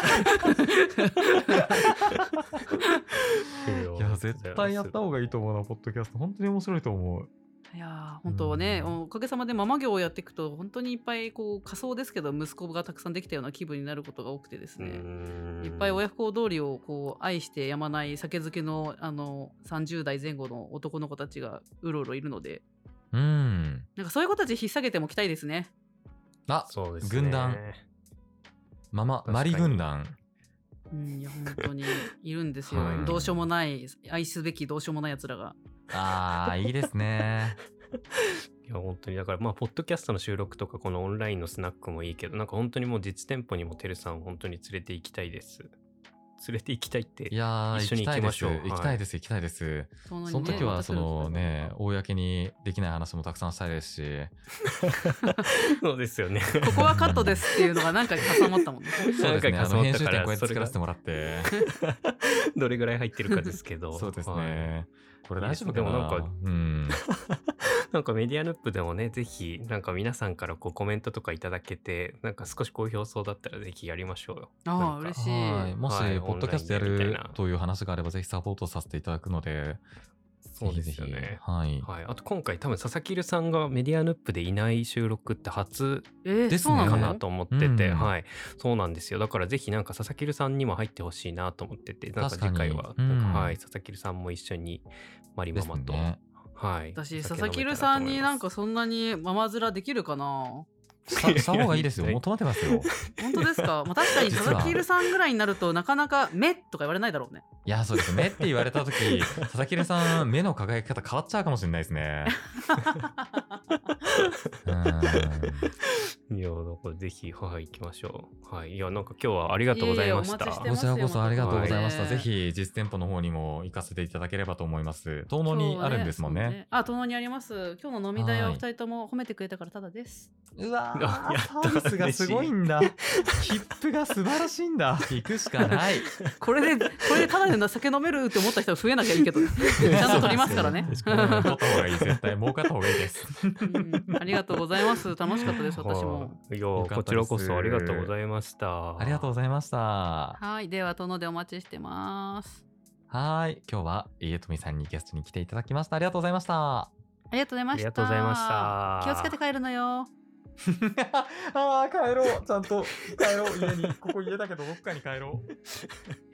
いや絶対やった方がいいと思うな。ポッドキャスト本当に面白いと思う。 いや本当ね、おかげさまでママ業をやっていくと本当にいっぱいこう仮想ですけど息子がたくさんできたような気分になることが多くてですね、いっぱい親不孝通りをこう愛してやまない酒漬けの30代前後の男の子たちがうろうろいるので、なんかそういう子たち引っ提げてもきたいですね。 そうですね。 軍団マリ軍団。 いや本当にいるんですよ。どうしようもない愛すべきどうしようもないやつらが。 いいですね。 いや本当にだからポッドキャストの収録とかこのオンラインのスナックもいいけど、なんか本当にもう実店舗にもてるさん本当に連れて行きたいです。連れて行きたいって一緒に行きましょう。 行きたいです。その時はそのね公にできない話もたくさんしたいですし。 そうですよね。 ここはカットですっていうのが何回か挟まったもんね。 そうですね。編集点こうやって作らせてもらってどれぐらい入ってるかですけど。 そうですね。これ大丈夫かな。でもなんかメディアヌップでもね、ぜひなんか皆さんからこうコメントとかいただけて、なんか少し好評そうだったらぜひやりましょうよ。 嬉しい。 もしポッドキャストやるという話があればぜひサポートさせていただくので。 そうですよね。 はい。 あと今回多分佐々木留さんがメディアヌップでいない収録って初ですかなと思ってて、そうなんですよ。だからぜひなんか佐々木留さんにも入ってほしいなと思ってて、なんか次回は佐々木留さんも一緒にマリママと、 私佐々木留さんになんかそんなにママ面できるかな。 した方がいいですよ。求めてますよ。 本当ですか？確かに佐々木留さんぐらいになるとなかなか目とか言われないだろうね。 いやそうです。目って言われた時佐々木留さん目の輝き方変わっちゃうかもしれないですね。 いやだからぜひ行きましょう。いやなんか今日はありがとうございました。 こちらこそありがとうございました。ぜひ実店舗の方にも行かせていただければと思います。遠野にあるんですもんね。 遠野にあります。今日の飲み代は2人とも褒めてくれたからただです。 うわサービスがすごいんだ。切符が素晴らしいんだ。行くしかない。 これでただで酒飲めるって思った人が増えなきゃいいけど、ちゃんと取りますからね。 取った方がいい。絶対儲かった方がいいです。 ありがとうございます。楽しかったです私も。 いやこちらこそありがとうございました。 ありがとうございました。 はい、では殿でお待ちしてます。 はい、今日は家富さんにゲストに来ていただきました。ありがとうございました。 ありがとうございました。 ありがとうございました。 気をつけて帰るのよ。 帰ろう。ちゃんと帰ろう。家に。ここ家だけどどっかに帰ろう。